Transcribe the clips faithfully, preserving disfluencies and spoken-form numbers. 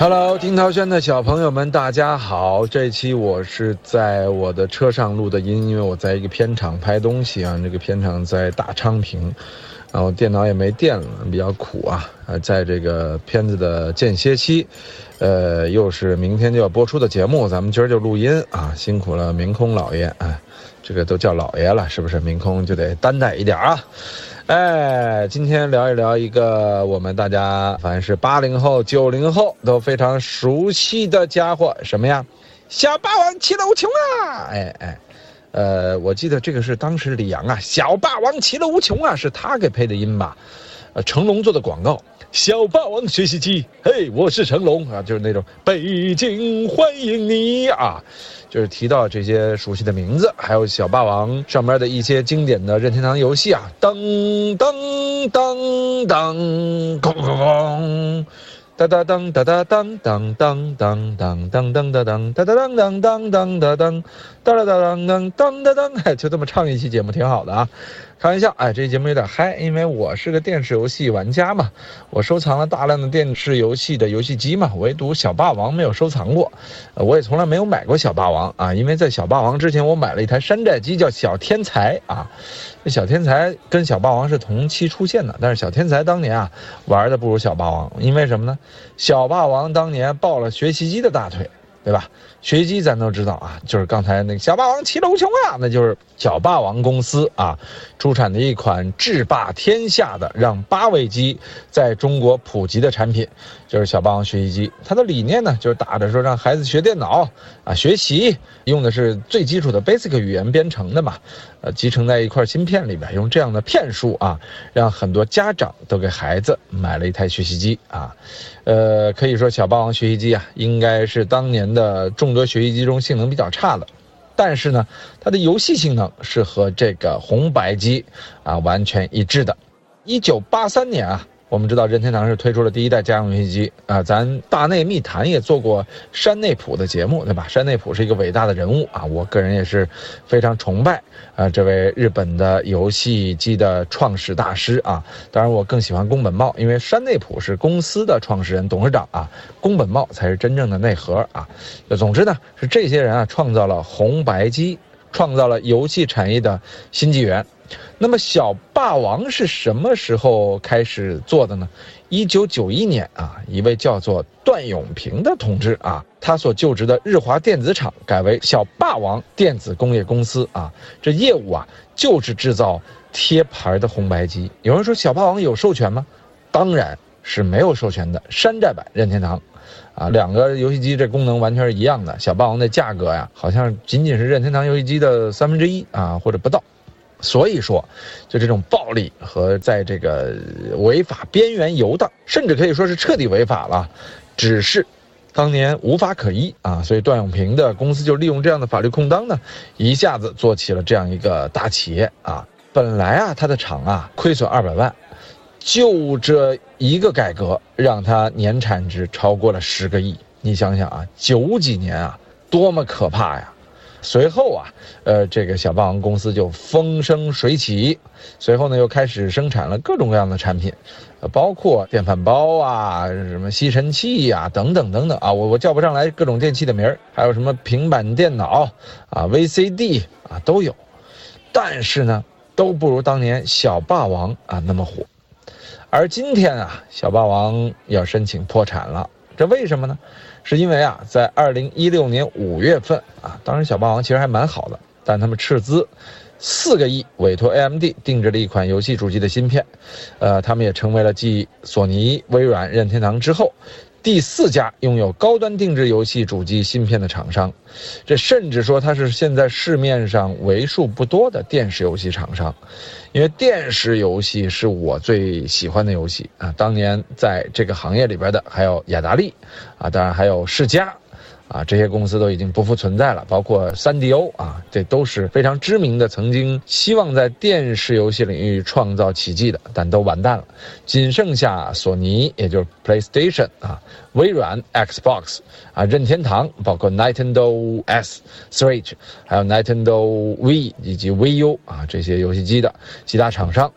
Hello， 丁涛轩的小朋友们，大家好！这期我是在我的车上录的音，因为我在一个片场拍东西啊，这个片场在大昌平，然后电脑也没电了，比较苦啊。呃，在这个片子的间歇期，呃，又是明天就要播出的节目，咱们今儿就录音啊，辛苦了明空老爷啊，这个都叫老爷了，是不是？明空就得担待一点啊。哎，今天聊一聊一个我们大家反正是八零后、九零后都非常熟悉的家伙，什么呀？小霸王其乐无穷啊！哎哎，呃，我记得这个是当时李阳啊，小霸王其乐无穷啊，是他给配的音吧？呃，成龙做的广告，小霸王学习机，嘿，我是成龙啊，就是那种北京欢迎你啊。就是提到这些熟悉的名字，还有小霸王上面的一些经典的任天堂游戏啊，噔噔噔噔，咣咣咣，哒哒当哒哒当当当当当当当当当哒哒当当当当当当哒哒当当当当当，哎，就这么唱一期节目挺好的啊。开玩笑，哎，这节目有点嗨，因为我是个电视游戏玩家嘛，我收藏了大量的电视游戏的游戏机嘛，唯独小霸王没有收藏过，呃、我也从来没有买过小霸王啊，因为在小霸王之前我买了一台山寨机叫小天才啊，这小天才跟小霸王是同期出现的，但是小天才当年啊玩的不如小霸王，因为什么呢？小霸王当年抱了学习机的大腿。对吧？学习机咱都知道啊，就是刚才那个小霸王其乐无穷啊，那就是小霸王公司啊出产的一款制霸天下的让八位机在中国普及的产品，就是小霸王学习机。它的理念呢，就是打着说让孩子学电脑啊学习，用的是最基础的 Basic 语言编程的嘛，呃，集成在一块芯片里边，用这样的骗术啊，让很多家长都给孩子买了一台学习机啊。呃，可以说小霸王学习机啊，应该是当年的众多学习机中性能比较差的，但是呢，它的游戏性能是和这个红白机啊完全一致的。一九八三年啊，我们知道任天堂是推出了第一代家用游戏机啊，咱大内密谈也做过山内溥的节目，对吧？山内溥是一个伟大的人物啊，我个人也是非常崇拜啊，这位日本的游戏机的创始大师啊。当然我更喜欢宫本茂，因为山内溥是公司的创始人董事长啊，宫本茂才是真正的内核啊。总之呢，是这些人啊创造了红白机，创造了游戏产业的新纪元。那么小霸王是什么时候开始做的呢？一九九一年啊，一位叫做段永平的同志啊，他所就职的日华电子厂改为小霸王电子工业公司啊，这业务啊就是制造贴牌的红白机。有人说小霸王有授权吗？当然是没有授权的，山寨版任天堂啊，两个游戏机这功能完全是一样的。小霸王的价格呀，好像仅仅是任天堂游戏机的三分之一啊，或者不到。所以说，就这种暴力和在这个违法边缘游荡，甚至可以说是彻底违法了，只是当年无法可依啊。所以段永平的公司就利用这样的法律空当呢，一下子做起了这样一个大企业啊。本来啊，他的厂啊亏损二百万，就这一个改革，让他年产值超过了十个亿。你想想啊，九几年啊，多么可怕呀！随后啊，呃，这个小霸王公司就风生水起，随后呢又开始生产了各种各样的产品，呃，包括电饭煲啊、什么吸尘器呀、啊、等等等等啊，我我叫不上来各种电器的名儿，还有什么平板电脑啊、V C D 啊都有，但是呢，都不如当年小霸王啊那么火。而今天啊，小霸王要申请破产了，这为什么呢？是因为啊，在二零一六年五月份啊，当时小霸王其实还蛮好的，但他们斥资四个亿委托 A M D 定制了一款游戏主机的芯片，呃，他们也成为了继索尼、微软、任天堂之后第四家拥有高端定制游戏主机芯片的厂商，这甚至说它是现在市面上为数不多的电视游戏厂商。因为电视游戏是我最喜欢的游戏啊，当年在这个行业里边的还有雅达利啊，当然还有世嘉啊，这些公司都已经不复存在了，包括 三 D O 啊，这都是非常知名的，曾经希望在电视游戏领域创造奇迹的，但都完蛋了。仅剩下索尼，也就是 PlayStation 啊，微软 Xbox 啊，任天堂，包括 Nintendo S、Switch， 还有 Nintendo Wii 以及 Wii U 啊，这些游戏机的其他厂商。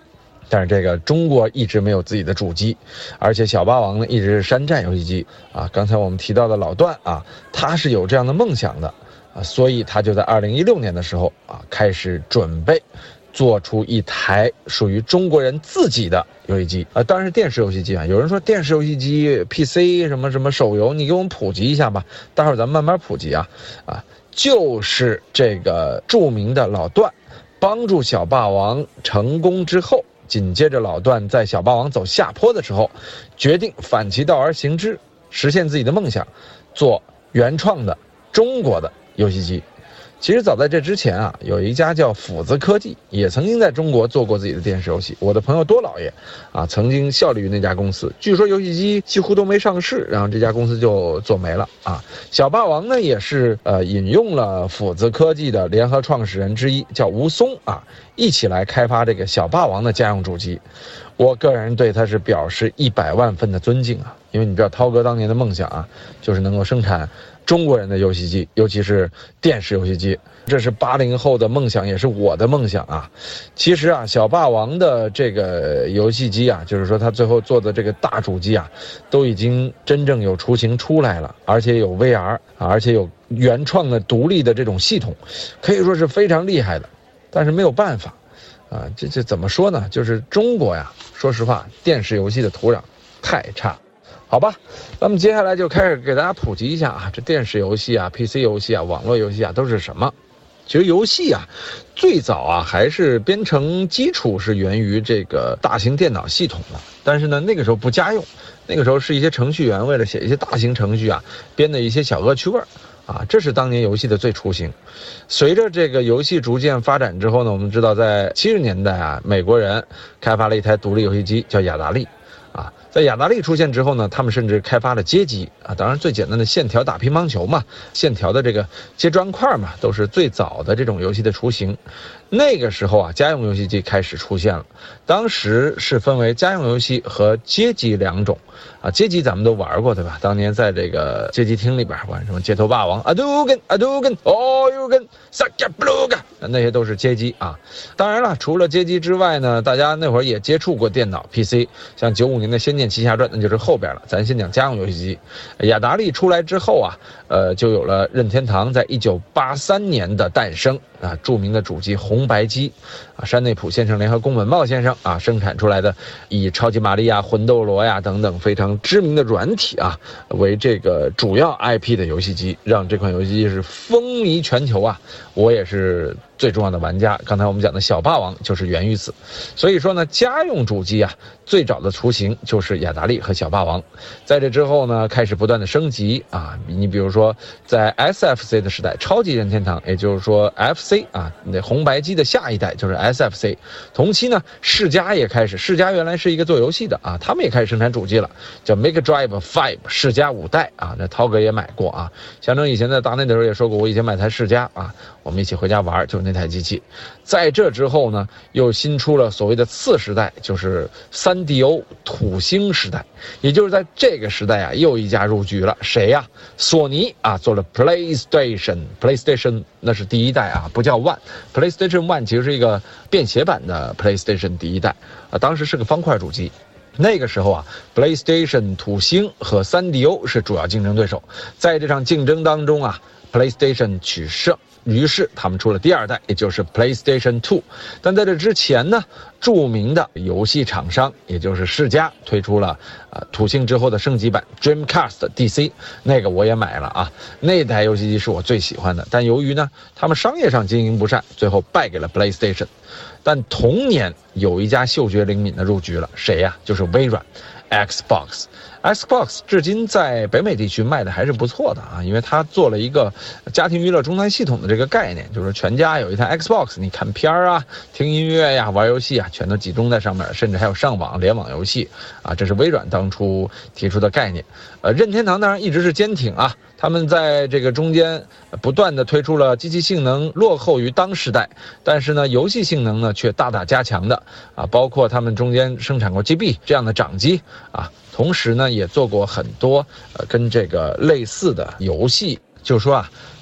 但是这个中国一直没有自己的主机，而且小霸王呢一直是山寨游戏机啊。刚才我们提到的老段啊，他是有这样的梦想的啊，所以他就在二零一六年的时候啊，开始准备做出一台属于中国人自己的游戏机啊，当然是电视游戏机啊。有人说电视游戏机、P C 什么什么手游，你给我们普及一下吧。待会儿咱们慢慢普及啊啊，就是这个著名的老段帮助小霸王成功之后。紧接着老段在小霸王走下坡的时候，决定反其道而行之，实现自己的梦想，做原创的中国的游戏机。其实早在这之前啊，有一家叫斧子科技，也曾经在中国做过自己的电视游戏。我的朋友多老爷啊，曾经效力于那家公司，据说游戏机几乎都没上市，然后这家公司就做没了啊。小霸王呢，也是呃引用了斧子科技的联合创始人之一叫吴松啊，一起来开发这个小霸王的家用主机。我个人对他是表示一百万分的尊敬啊，因为你知道涛哥当年的梦想啊，就是能够生产中国人的游戏机，尤其是电视游戏机，这是八零后的梦想，也是我的梦想啊。其实啊，小霸王的这个游戏机啊，就是说他最后做的这个大主机啊，都已经真正有雏形出来了，而且有 V R 啊，而且有原创的独立的这种系统，可以说是非常厉害的。但是没有办法啊，这这怎么说呢？就是中国呀，说实话，电视游戏的土壤太差。好吧，那么接下来就开始给大家普及一下啊，这电视游戏啊、P C 游戏啊、网络游戏啊都是什么？其实游戏啊，最早啊还是编程基础是源于这个大型电脑系统的，但是呢那个时候不家用，那个时候是一些程序员为了写一些大型程序啊，编的一些小恶趣味啊，这是当年游戏的最雏形。随着这个游戏逐渐发展之后呢，我们知道在七十年代啊，美国人开发了一台独立游戏机叫雅达利。啊，在雅达利出现之后呢，他们甚至开发了街机啊，当然最简单的线条打乒乓球嘛，线条的这个接砖块嘛，都是最早的这种游戏的雏形。那个时候啊，家用游戏机开始出现了，当时是分为家用游戏和街机两种啊。街机咱们都玩过对吧？当年在这个街机厅里边玩什么街头霸王、阿杜根、阿杜根、哦尤根、萨卡布鲁根，那些都是街机啊。当然了，除了街机之外呢，大家那会儿也接触过电脑 P C， 像九五年的《仙剑奇侠传》那就是后边了。咱先讲家用游戏机。雅达利出来之后啊，呃，就有了任天堂在一九八三年的诞生啊，著名的主机红白机啊，山内溥先生联合宫本茂先生啊生产出来的，以超级玛丽亚、魂斗罗呀等等非常知名的软体啊为这个主要 I P 的游戏机，让这款游戏机是风靡全球啊。我也是最重要的玩家，刚才我们讲的小霸王就是源于此。所以说呢，家用主机啊，最早的雏形就是雅达利和小霸王。在这之后呢，开始不断的升级啊，你比如说在 S F C 的时代，超级任天堂，也就是说 F C 啊，那红白机的下一代就是 S F C。同期呢，世嘉也开始，世嘉原来是一个做游戏的啊，他们也开始生产主机了，叫 Mega Drive 五，世嘉五代啊，那涛哥也买过啊。象征以前在大内的时候也说过，我以前买台世嘉啊，我们一起回家玩，就是那台机器。在这之后呢，又新出了所谓的次时代，就是 三 D O 土星时代，也就是在这个时代啊，又一家入局了，谁呀、啊？索尼啊，做了 PlayStation，PlayStation PlayStation 那是第一代啊，不叫 One，PlayStation One 其实是一个便携版的 PlayStation 第一代啊，当时是个方块主机。那个时候啊 ，PlayStation 土星和 三 D O 是主要竞争对手，在这场竞争当中啊 ，PlayStation 取胜。于是他们出了第二代，也就是 PlayStation 二。但在这之前呢，著名的游戏厂商，也就是世嘉推出了呃土星之后的升级版 Dreamcast D C， 那个我也买了啊。那台游戏机是我最喜欢的，但由于呢他们商业上经营不善，最后败给了 PlayStation。但同年有一家嗅觉灵敏的入局了，谁呀、啊？就是微软 Xbox。Xbox 至今在北美地区卖的还是不错的啊，因为它做了一个家庭娱乐终端系统的这个概念，就是全家有一台 Xbox， 你看片啊、听音乐呀、玩游戏啊，全都集中在上面，甚至还有上网联网游戏啊，这是微软当初提出的概念。呃，任天堂当然一直是坚挺啊，他们在这个中间不断的推出了机器性能落后于当时代，但是呢，游戏性能呢却大大加强的啊，包括他们中间生产过 G B 这样的掌机啊。同时呢，也做过很多呃跟这个类似的游戏，就是说啊，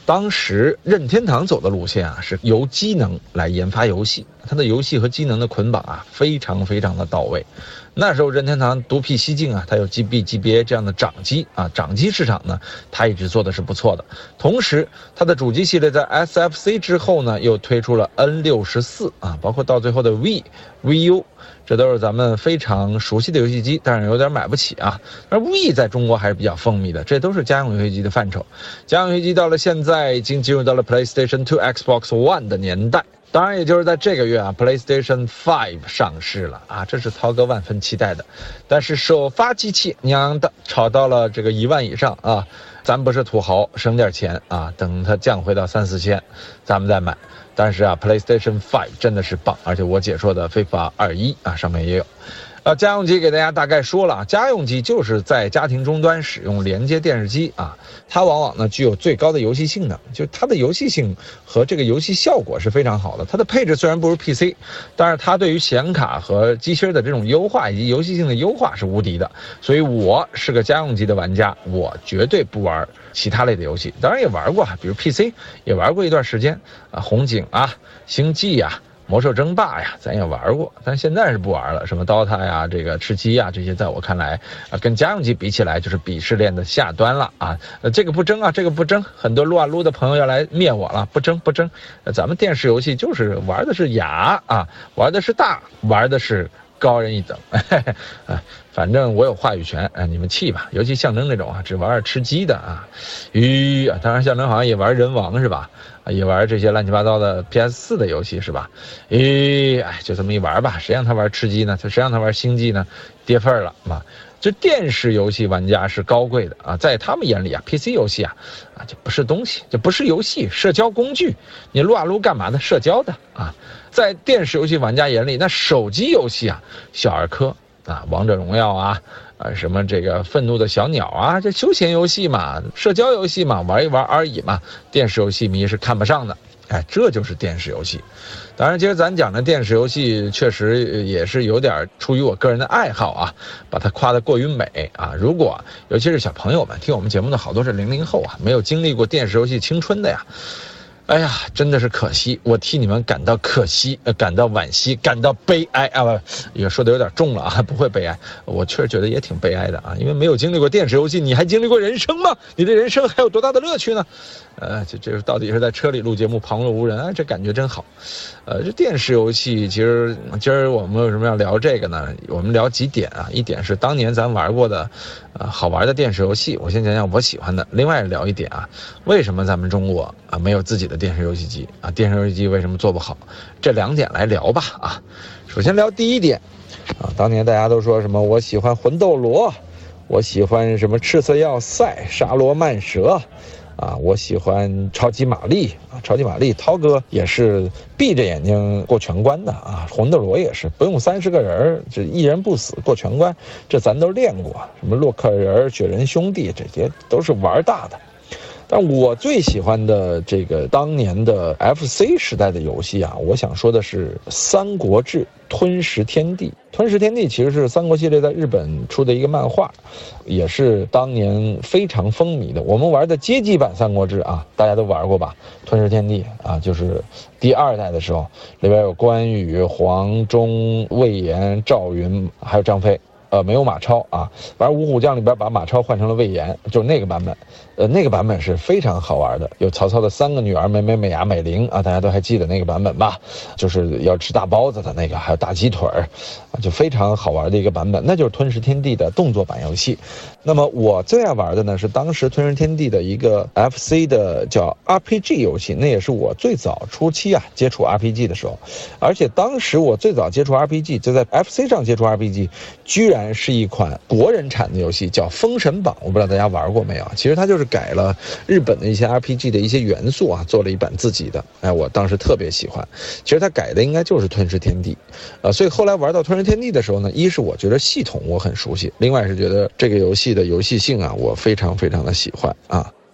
当时任天堂走的路线啊，是由机能来研发游戏，它的游戏和机能的捆绑啊，非常非常的到位。那时候任天堂独辟蹊径啊，它有 G B、G B A 这样的掌机啊，掌机市场呢，它一直做的是不错的。同时，它的主机系列在 S F C 之后呢，又推出了 N 六十四 啊，包括到最后的 Wii、Wii U， 这都是咱们非常熟悉的游戏机，但是有点买不起啊。而 Wii 在中国还是比较风靡的，这都是家用游戏机的范畴。家用游戏机到了现在，已经进入到了 PlayStation 二 Xbox One 的年代。当然，也就是在这个月啊 ，PlayStation 五上市了啊，这是涛哥万分期待的。但是首发机器娘的炒到了这个一万以上啊，咱不是土豪，省点钱啊，等它降回到三四千，咱们再买。但是啊 ，PlayStation 五真的是棒，而且我解说的 FIFA 二十一啊，上面也有。呃，家用机给大家大概说了，家用机就是在家庭终端使用连接电视机啊，它往往呢具有最高的游戏性能，就它的游戏性和这个游戏效果是非常好的。它的配置虽然不如 P C， 但是它对于显卡和机芯的这种优化以及游戏性的优化是无敌的。所以我是个家用机的玩家，我绝对不玩其他类的游戏，当然也玩过，比如 P C 也玩过一段时间啊，红警啊、星际啊。魔兽争霸呀，咱也玩过，但现在是不玩了。什么 D O T A 呀，这个吃鸡呀，这些在我看来啊，跟家用机比起来就是鄙视链的下端了啊。呃，这个不争啊，这个不争。很多撸啊撸的朋友要来灭我了，不争不争。呃，咱们电视游戏就是玩的是雅啊，玩的是大，玩的是高人一等。啊，反正我有话语权，哎，你们气吧。尤其象征这种啊，只玩吃鸡的啊，吁啊，当然象征好像也玩人王是吧？也玩这些乱七八糟的 P S 四 的游戏是吧？诶，哎，就这么一玩吧，谁让他玩吃鸡呢？谁让他玩星际呢？跌份了嘛！这电视游戏玩家是高贵的啊，在他们眼里啊 ，P C 游戏啊，啊，这不是东西，这不是游戏，社交工具。你撸啊撸干嘛的？社交的啊。在电视游戏玩家眼里，那手机游戏啊，小儿科啊，王者荣耀啊。啊，什么这个愤怒的小鸟啊，这休闲游戏嘛，社交游戏嘛，玩一玩而已嘛。电视游戏迷是看不上的，哎，这就是电视游戏。当然，其实咱讲的电视游戏确实也是有点出于我个人的爱好啊，把它夸得过于美啊。如果尤其是小朋友们听我们节目的好多是零零后啊，没有经历过电视游戏青春的呀。哎呀，真的是可惜，我替你们感到可惜，呃，感到惋惜，感到悲哀啊！不，也说的有点重了啊，不会悲哀，我确实觉得也挺悲哀的啊，因为没有经历过电视游戏，你还经历过人生吗？你的人生还有多大的乐趣呢？呃，这这到底是在车里录节目，旁若无人，哎，这感觉真好。呃，这电视游戏其实今儿我们为什么要聊这个呢？我们聊几点啊？一点是当年咱玩过的，呃，好玩的电视游戏，我先讲讲我喜欢的。另外聊一点啊，为什么咱们中国啊没有自己的电视游戏机啊？电视游戏机为什么做不好？这两点来聊吧啊。首先聊第一点啊，当年大家都说什么我喜欢魂斗罗，我喜欢什么赤色要塞、沙罗曼蛇。啊，我喜欢超级玛丽啊，超级玛丽，涛哥也是闭着眼睛过全关的啊，魂斗罗也是不用三十个人，这一人不死过全关，这咱都练过。什么洛克人、雪人兄弟，这些都是玩大的。但我最喜欢的这个当年的 F C 时代的游戏啊，我想说的是《三国志吞食天地》。吞食天地其实是三国系列在日本出的一个漫画，也是当年非常风靡的。我们玩的街机版三国志啊，大家都玩过吧？吞食天地啊，就是第二代的时候，里边有关羽、黄忠、魏延、赵云，还有张飞。呃，没有马超啊，反正五虎将里边把马超换成了魏延，就是那个版本。呃，那个版本是非常好玩的，有曹操的三个女儿美美美伢美玲啊，大家都还记得那个版本吧？就是要吃大包子的那个，还有大鸡腿儿，啊，就非常好玩的一个版本，那就是吞食天地的动作版游戏。那么我最爱玩的呢是当时吞食天地的一个 F C 的叫 R P G 游戏，那也是我最早初期啊接触 R P G 的时候，而且当时我最早接触 R P G 就在 F C 上接触 R P G， 居然是一款国人产的游戏，叫《封神榜》，我不知道大家玩过没有？其实它就是改了日本的一些 R P G 的一些元素啊，做了一版自己的。哎，我当时特别喜欢。其实它改的应该就是吞食天地，呃，所以后来玩到吞食天地的时候呢，一是我觉得系统我很熟悉，另外是觉得这个游戏的游戏性啊，我非常非常的喜欢啊。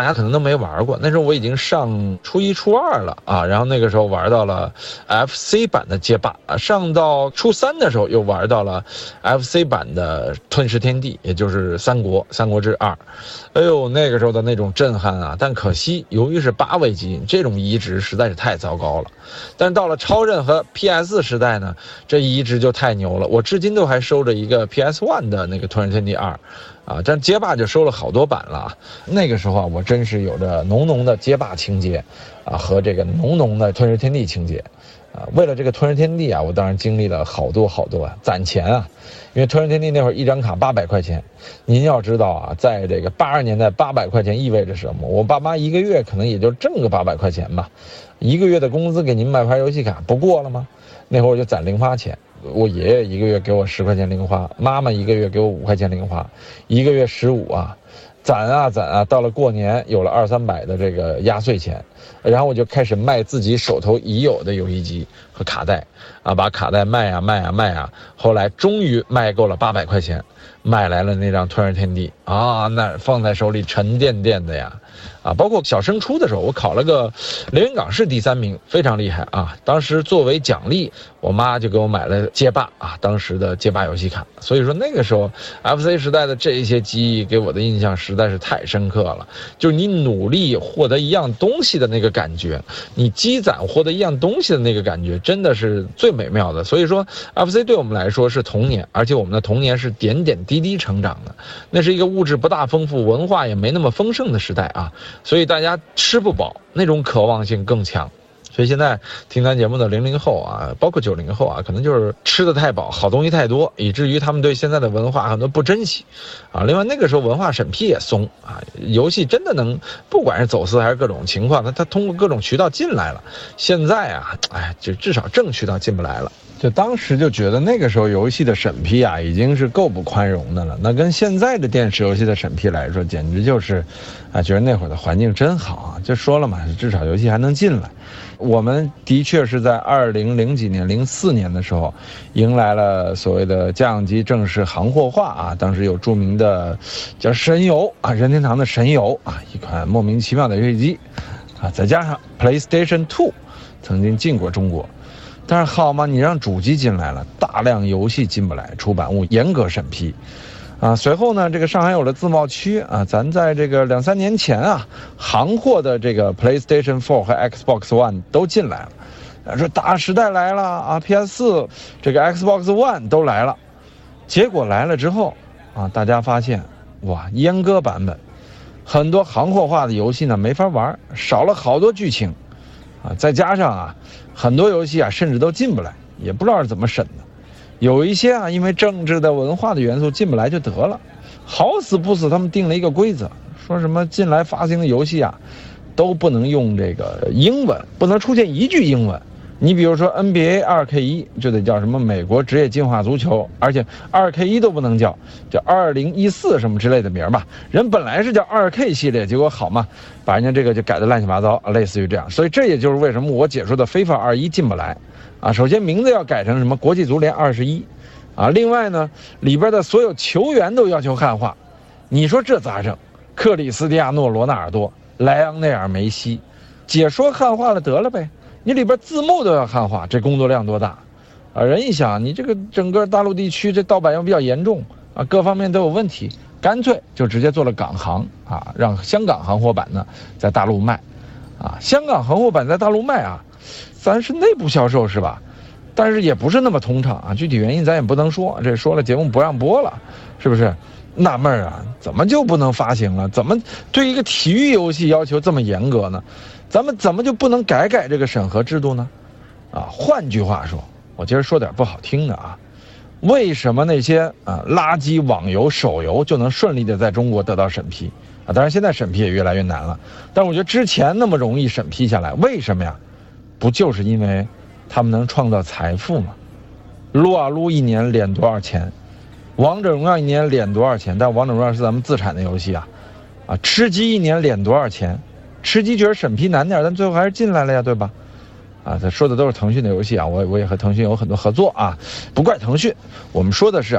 大家可能都没玩过。那时候我已经上初一初二了啊，然后那个时候玩到了 F C 版的街霸，上到初三的时候又玩到了 F C 版的吞噬天地，也就是三国三国志二。哎呦，那个时候的那种震撼啊！但可惜由于是八位机，这种移植实在是太糟糕了。但到了超任和 P S 时代呢，这移植就太牛了。我至今都还收着一个 P S 一 的那个吞噬天地二啊，但街霸就收了好多版了。那个时候啊，我真是有着浓浓的街霸情节啊，和这个浓浓的吞噬天地情节啊。为了这个吞噬天地啊，我当然经历了好多好多啊，攒钱啊。因为吞噬天地那会儿一张卡八百块钱，您要知道啊，在这个八十年代八百块钱意味着什么？我爸妈一个月可能也就挣个八百块钱吧，一个月的工资给您买盘游戏卡不过了吗？那会儿我就攒零花钱，我爷爷一个月给我十块钱零花，妈妈一个月给我五块钱零花，一个月十五啊，攒啊攒啊，到了过年有了二三百的这个压岁钱，然后我就开始卖自己手头已有的游戏机和卡带啊，把卡带卖啊卖啊卖啊，后来终于卖够了八百块钱，买来了那张吞噬天地啊，那放在手里沉甸甸的呀。啊，包括小升初的时候，我考了个连云港市第三名，非常厉害啊！当时作为奖励，我妈就给我买了街霸啊，当时的街霸游戏卡。所以说那个时候 F C 时代的这一些记忆给我的印象实在是太深刻了。就是你努力获得一样东西的那个感觉，你积攒获得一样东西的那个感觉，真的是最美妙的。所以说 F C 对我们来说是童年，而且我们的童年是点点滴滴成长的。那是一个物质不大丰富、文化也没那么丰盛的时代啊。所以大家吃不饱，那种渴望性更强。所以现在听咱节目的零零后啊，包括九零后啊，可能就是吃得太饱，好东西太多，以至于他们对现在的文化很多不珍惜啊。另外那个时候文化审批也松啊，游戏真的能不管是走私还是各种情况，它它通过各种渠道进来了。现在啊，哎，就至少正渠道进不来了。就当时就觉得那个时候游戏的审批啊，已经是够不宽容的了。那跟现在的电视游戏的审批来说，简直就是，啊，觉得那会儿的环境真好啊。就说了嘛，至少游戏还能进来。我们的确是在二零零几年、零四年的时候，迎来了所谓的家用机正式行货化啊。当时有著名的叫神游啊，任天堂的神游啊，一款莫名其妙的游戏机啊，再加上 PlayStation 二曾经进过中国。但是好嘛，你让主机进来了，大量游戏进不来，出版物严格审批，啊，随后呢，这个上海有了自贸区啊，咱在这个两三年前啊，行货的这个 PlayStation 四和 Xbox One 都进来了，说大时代来了啊 ，P S 四这个 Xbox One 都来了，结果来了之后啊，大家发现哇，阉割版本，很多行货化的游戏呢没法玩，少了好多剧情，啊，再加上啊。很多游戏啊，甚至都进不来，也不知道是怎么审的。有一些啊，因为政治的文化的元素进不来就得了，好死不死，他们定了一个规则，说什么进来发行的游戏啊，都不能用这个英文，不能出现一句英文。你比如说 N B A 二 K 一 就得叫什么美国职业进化足球，而且二 K 一 都不能叫，叫二零一四什么之类的名吧。人本来是叫二 K 系列，结果好嘛，把人家这个就改得乱七八糟，类似于这样。所以这也就是为什么我解说的 FIFA 二十一进不来啊。首先名字要改成什么国际足联二十一啊，另外呢，里边的所有球员都要求汉化，你说这咋整？克里斯蒂亚诺·罗纳尔多、莱昂内尔·梅西，解说汉化了得了呗。你里边字幕都要汉化，这工作量多大啊！人一想，你这个整个大陆地区这盗版又比较严重啊，各方面都有问题，干脆就直接做了港行啊，让香港行货版呢在大陆卖啊。香港行货版在大陆卖啊，咱是内部销售是吧？但是也不是那么通畅啊，具体原因咱也不能说，这说了节目不让播了，是不是？纳闷啊，怎么就不能发行了？怎么对一个体育游戏要求这么严格呢？咱们怎么就不能改改这个审核制度呢？啊，换句话说，我今儿说点不好听的啊，为什么那些啊垃圾网游、手游就能顺利的在中国得到审批啊？当然现在审批也越来越难了，但我觉得之前那么容易审批下来，为什么呀？不就是因为他们能创造财富吗？撸啊撸一年敛多少钱？王者荣耀一年敛多少钱？但王者荣耀是咱们自产的游戏啊，啊，吃鸡一年敛多少钱？吃鸡觉得审批难点，但最后还是进来了呀，对吧？啊，他说的都是腾讯的游戏啊，我我也和腾讯有很多合作啊，不怪腾讯，我们说的是啊，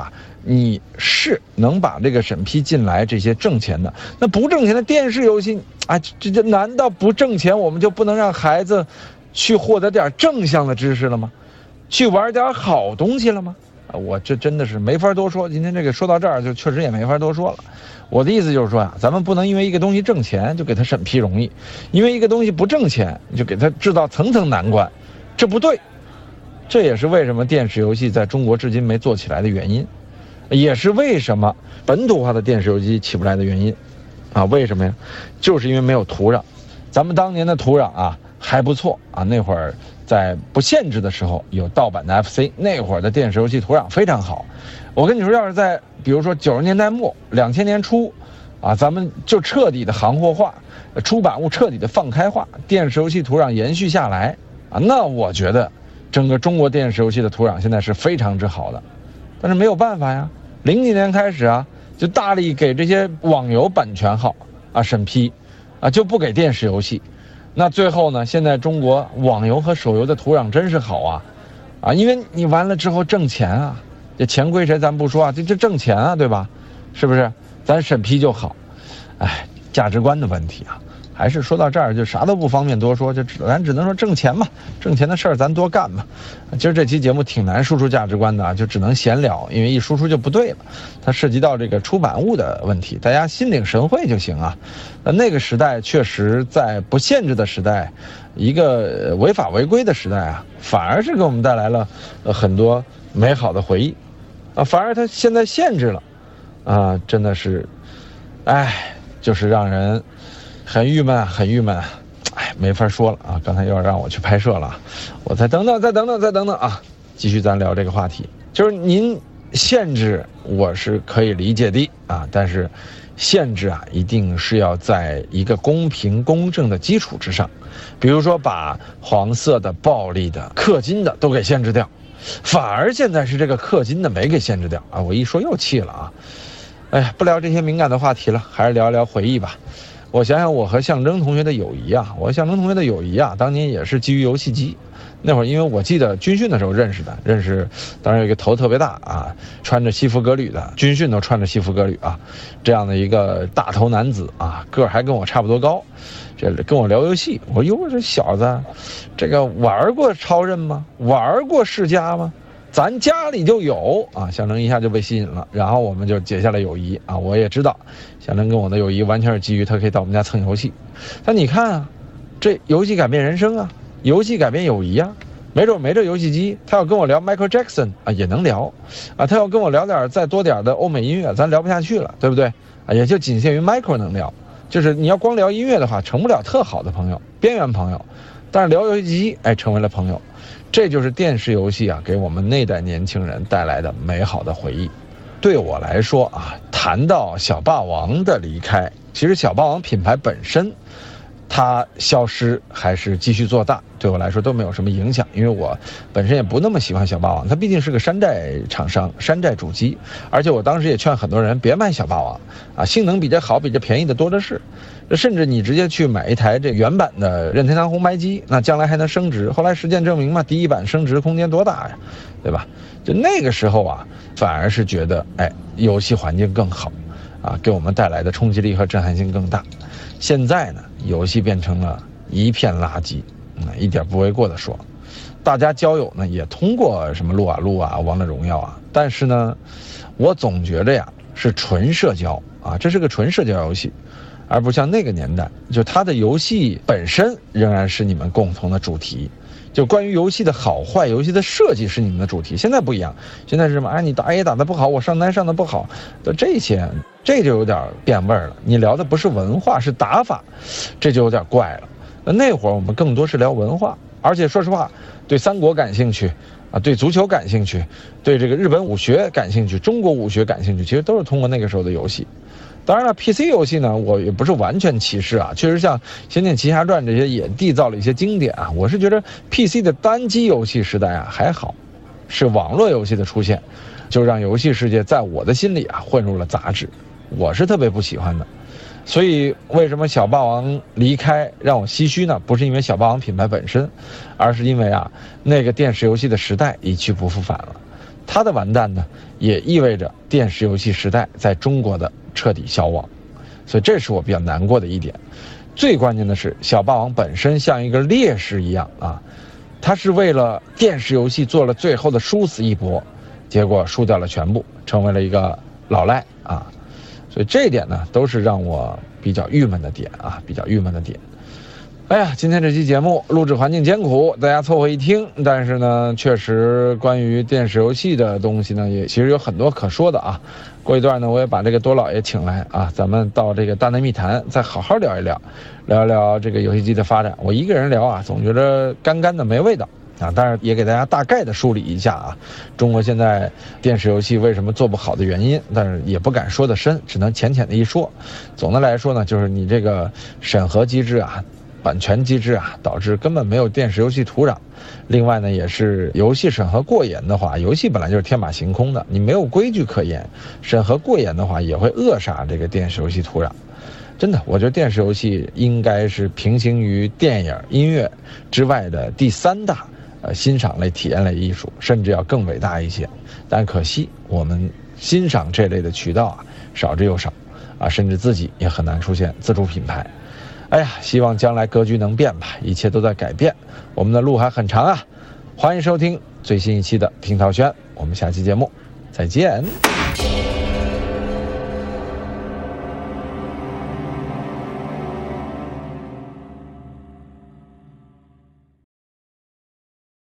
你是能把这个审批进来这些挣钱的，那不挣钱的电视游戏，啊，这这难道不挣钱我们就不能让孩子去获得点正向的知识了吗？去玩点好东西了吗？啊，我这真的是没法多说。今天这个说到这儿就确实也没法多说了。我的意思就是说啊，咱们不能因为一个东西挣钱就给它审批容易，因为一个东西不挣钱就给它制造层层难关，这不对。这也是为什么电视游戏在中国至今没做起来的原因，也是为什么本土化的电视游戏起不来的原因啊？为什么呀？就是因为没有土壤。咱们当年的土壤啊还不错啊，那会儿在不限制的时候有盗版的 F C， 那会儿的电视游戏土壤非常好。我跟你说，要是在比如说九十年代末两千年初啊，咱们就彻底的行货化，出版物彻底的放开化，电视游戏土壤延续下来啊，那我觉得整个中国电视游戏的土壤现在是非常之好的。但是没有办法呀，零几年开始啊，就大力给这些网游版权号啊审批啊，就不给电视游戏。那最后呢，现在中国网游和手游的土壤真是好啊啊，因为你完了之后挣钱啊，这钱归谁咱不说啊，这这挣钱啊，对吧？是不是？咱审批就好。哎，价值观的问题啊，还是说到这儿就啥都不方便多说，就只咱只能说挣钱嘛，挣钱的事儿咱多干嘛。今儿这期节目挺难输出价值观的啊，就只能闲聊，因为一输出就不对了，它涉及到这个出版物的问题，大家心领神会就行啊。那那个时代确实在不限制的时代，一个违法违规的时代啊，反而是给我们带来了呃很多美好的回忆啊，反而它现在限制了啊，真的是，哎，就是让人很郁闷啊，很郁闷啊，哎，没法说了啊！刚才又要让我去拍摄了，我再等等，再等等，再等等啊！继续咱聊这个话题，就是您限制我是可以理解的啊，但是限制啊，一定是要在一个公平公正的基础之上，比如说把黄色的、暴力的、氪金的都给限制掉，反而现在是这个氪金的没给限制掉啊！我一说又气了啊！哎呀，不聊这些敏感的话题了，还是聊一聊回忆吧。我想想我和象征同学的友谊啊，我和象征同学的友谊啊，当年也是基于游戏机。那会儿因为我记得军训的时候认识的，认识当然有一个头特别大啊，穿着西服革履的，军训都穿着西服革履啊，这样的一个大头男子啊，个儿还跟我差不多高，这跟我聊游戏。我说哟，这小子，这个玩过超任吗？玩过世嘉吗？咱家里就有啊，象征一下就被吸引了，然后我们就结下了友谊啊。我也知道，象征跟我的友谊完全是基于他可以到我们家蹭游戏。但你看啊，这游戏改变人生啊，游戏改变友谊啊。没准没这游戏机，他要跟我聊 Michael Jackson 啊，也能聊啊。他要跟我聊点再多点的欧美音乐，咱聊不下去了，对不对啊？也就仅限于 Michael 能聊，就是你要光聊音乐的话，成不了特好的朋友，边缘朋友。但是聊游戏机，哎，成为了朋友。这就是电视游戏啊，给我们那代年轻人带来的美好的回忆。对我来说啊，谈到小霸王的离开，其实小霸王品牌本身，它消失还是继续做大，对我来说都没有什么影响，因为我本身也不那么喜欢小霸王，它毕竟是个山寨厂商、山寨主机，而且我当时也劝很多人别买小霸王啊，性能比这好，比这便宜的多的是。甚至你直接去买一台这原版的任天堂红白机，那将来还能升值。后来实践证明嘛，第一版升值空间多大呀，对吧？就那个时候啊，反而是觉得，哎，游戏环境更好，啊，给我们带来的冲击力和震撼性更大。现在呢，游戏变成了一片垃圾，嗯，一点不为过的说。大家交友呢，也通过什么撸啊撸啊、王者荣耀啊，但是呢，我总觉着呀，是纯社交啊，这是个纯社交游戏。而不像那个年代，就它的游戏本身仍然是你们共同的主题，就关于游戏的好坏、游戏的设计是你们的主题。现在不一样，现在是什么？哎，你打野打得不好，我上单上得不好，的这些，这就有点变味了。你聊的不是文化，是打法，这就有点怪了。那那会儿我们更多是聊文化，而且说实话，对三国感兴趣啊，对足球感兴趣，对这个日本武学感兴趣，中国武学感兴趣，其实都是通过那个时候的游戏。当然了 ，P C 游戏呢，我也不是完全歧视啊，确实像《仙剑奇侠传》这些也缔造了一些经典啊。我是觉得 P C 的单机游戏时代啊还好，是网络游戏的出现，就让游戏世界在我的心里啊混入了杂质，我是特别不喜欢的。所以为什么小霸王离开让我唏嘘呢？不是因为小霸王品牌本身，而是因为啊那个电视游戏的时代一去不复返了。 它的完蛋呢，也意味着电视游戏时代在中国的彻底消亡。所以这是我比较难过的一点。最关键的是，小霸王本身像一个烈士一样啊，他是为了电视游戏做了最后的殊死一搏，结果输掉了全部，成为了一个老赖啊。所以这一点呢，都是让我比较郁闷的点啊，比较郁闷的点。哎呀，今天这期节目录制环境艰苦，大家凑合一听。但是呢，确实关于电视游戏的东西呢，也其实有很多可说的啊。过一段呢，我也把这个多老爷请来啊，咱们到这个大内密谈再好好聊一聊，聊一聊这个游戏机的发展。我一个人聊啊，总觉得干干的没味道啊。但是也给大家大概的梳理一下啊，中国现在电视游戏为什么做不好的原因，但是也不敢说得深，只能浅浅的一说。总的来说呢，就是你这个审核机制啊，版权机制啊，导致根本没有电视游戏土壤。另外呢，也是游戏审核过严的话，游戏本来就是天马行空的，你没有规矩可言，审核过严的话，也会扼杀这个电视游戏土壤。真的，我觉得电视游戏应该是平行于电影、音乐之外的第三大呃欣赏类、体验类艺术，甚至要更伟大一些。但可惜我们欣赏这类的渠道啊少之又少啊，甚至自己也很难出现自主品牌。哎呀，希望将来格局能变吧，一切都在改变，我们的路还很长啊。欢迎收听最新一期的听涛轩，我们下期节目再见。